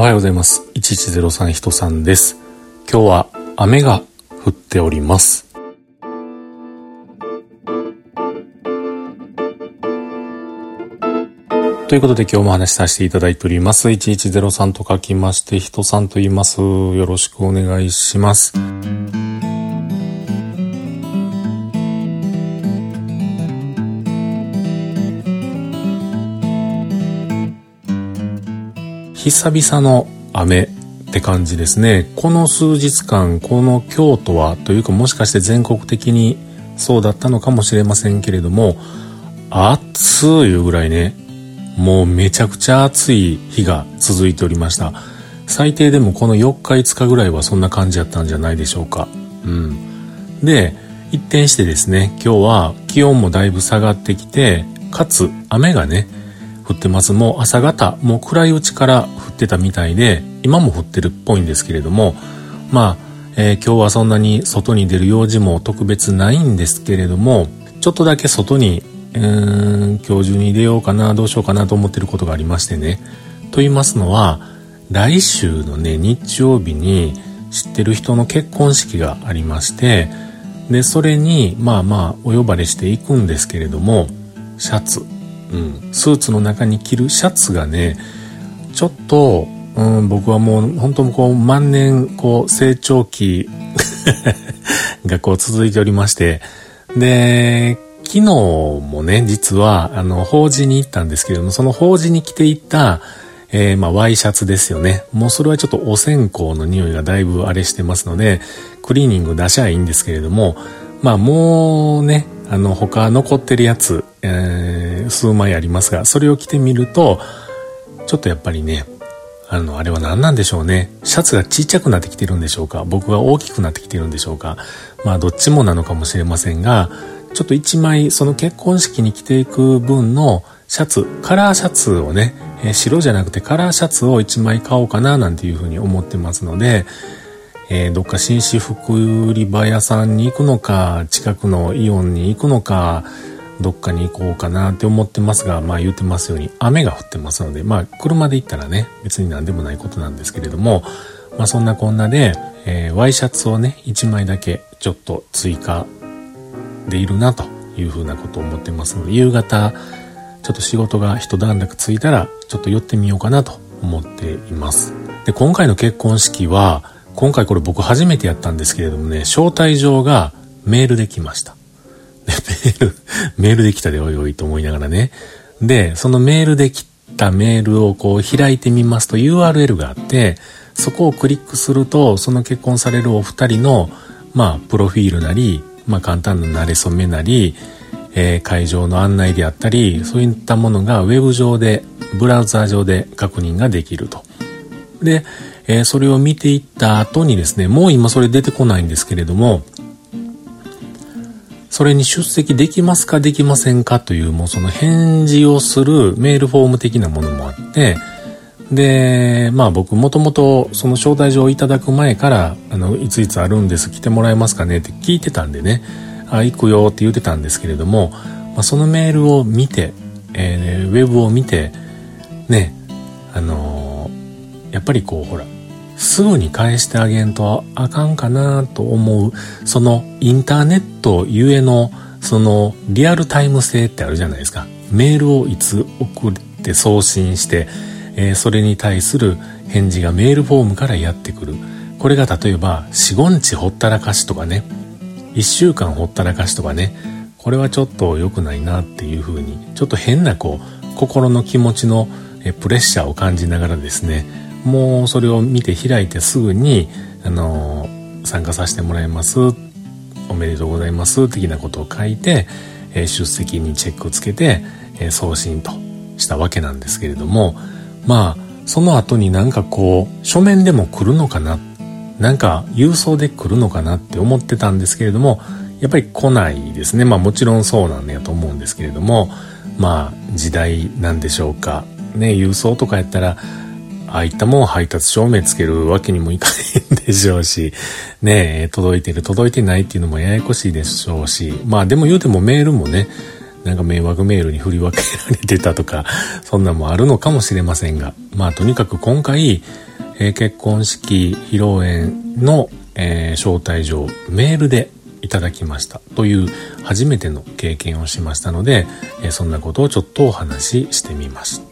おはようございます。1103人さんです。今日は雨が降っております。ということで今日もお話しさせていただいております。1103と書きまして人さんと言います。よろしくお願いします。久々の雨って感じですね。この数日間、この京都はというかもしかして全国的にそうだったのかもしれませんけれども、暑いいうぐらいね、もうめちゃくちゃ暑い日が続いておりました。最低でもこの4日5日ぐらいはそんな感じだったんじゃないでしょうか。で、一転してですね、今日は気温もだいぶ下がってきて、かつ雨がね、降ってます。もう朝方、もう暗いうちから降ってたみたいで、今も降ってるっぽいんですけれども、今日はそんなに外に出る用事も特別ないんですけれども、ちょっとだけ外に、今日中に出ようかな、どうしようかなと思ってることがありましてね。と言いますのは、来週のね、日曜日に知ってる人の結婚式がありまして、で、それに、お呼ばれしていくんですけれども、シャツ、スーツの中に着るシャツがね、ちょっと、僕はもう本当に万年成長期が続いておりまして、で、昨日もね、実は法事に行ったんですけれども、その法事に着ていった、ワイシャツですよね。もうそれはちょっとお線香の匂いがだいぶあれしてますので、クリーニング出しゃいいんですけれども、もうね、他残ってるやつ、数枚ありますが、それを着てみると、ちょっとやっぱりね、あれは何なんでしょうね。シャツがちっちゃくなってきてるんでしょうか。僕が大きくなってきてるんでしょうか。どっちもなのかもしれませんが、ちょっと一枚、その結婚式に着ていく分のシャツ、カラーシャツをね、白じゃなくてカラーシャツを一枚買おうかななんていうふうに思ってますので、どっか紳士服売り場屋さんに行くのか、近くのイオンに行くのか、どっかに行こうかなって思ってますが、言ってますように雨が降ってますので、車で行ったらね、別に何でもないことなんですけれども、そんなこんなで、ワイシャツをね、1枚だけちょっと追加でいるなというふうなことを思ってますので、夕方、ちょっと仕事が一段落ついたら、ちょっと寄ってみようかなと思っています。で、今回の結婚式は、今回これ僕初めてやったんですけれどもね、招待状がメールで来ました。で、メールで来たでおいおいと思いながらね。で、そのメールで来たメールを開いてみますと URL があって、そこをクリックすると、その結婚されるお二人の、プロフィールなり、簡単な馴れ初めなり、会場の案内であったり、そういったものがウェブ上で、ブラウザー上で確認ができると。で、それを見ていった後にですね、もう今それ出てこないんですけれども、それに出席できますかできませんかという、もうその返事をするメールフォーム的なものもあって、で、僕もともとその招待状をいただく前から、いついつあるんです、来てもらえますかねって聞いてたんでね、行くよって言ってたんですけれども、そのメールを見て、ウェブを見て、ね、やっぱりすぐに返してあげんとあかんかなと思う、そのインターネットゆえのそのリアルタイム性ってあるじゃないですか。メールをいつ送って送信して、それに対する返事がメールフォームからやってくる。これが例えば4、5日ほったらかしとかね、1週間ほったらかしとかね、これはちょっと良くないなっていうふうに、ちょっと変な心の気持ちのプレッシャーを感じながらですね、もうそれを見て開いてすぐに参加させてもらいます、おめでとうございます的なことを書いて、出席にチェックをつけて、送信としたわけなんですけれども、その後に書面でも来るのかな、郵送で来るのかなって思ってたんですけれども、やっぱり来ないですね。もちろんそうなんやと思うんですけれども、時代なんでしょうかね。郵送とかやったらああいったもん配達証明つけるわけにもいかないんでしょうし、ねえ、届いてる届いてないっていうのもややこしいでしょうし、でも言うてもメールもね、迷惑メールに振り分けられてたとか、そんなもあるのかもしれませんが、とにかく今回、 結婚式披露宴の、招待状メールでいただきましたという初めての経験をしましたので、そんなことをちょっとお話ししてみました。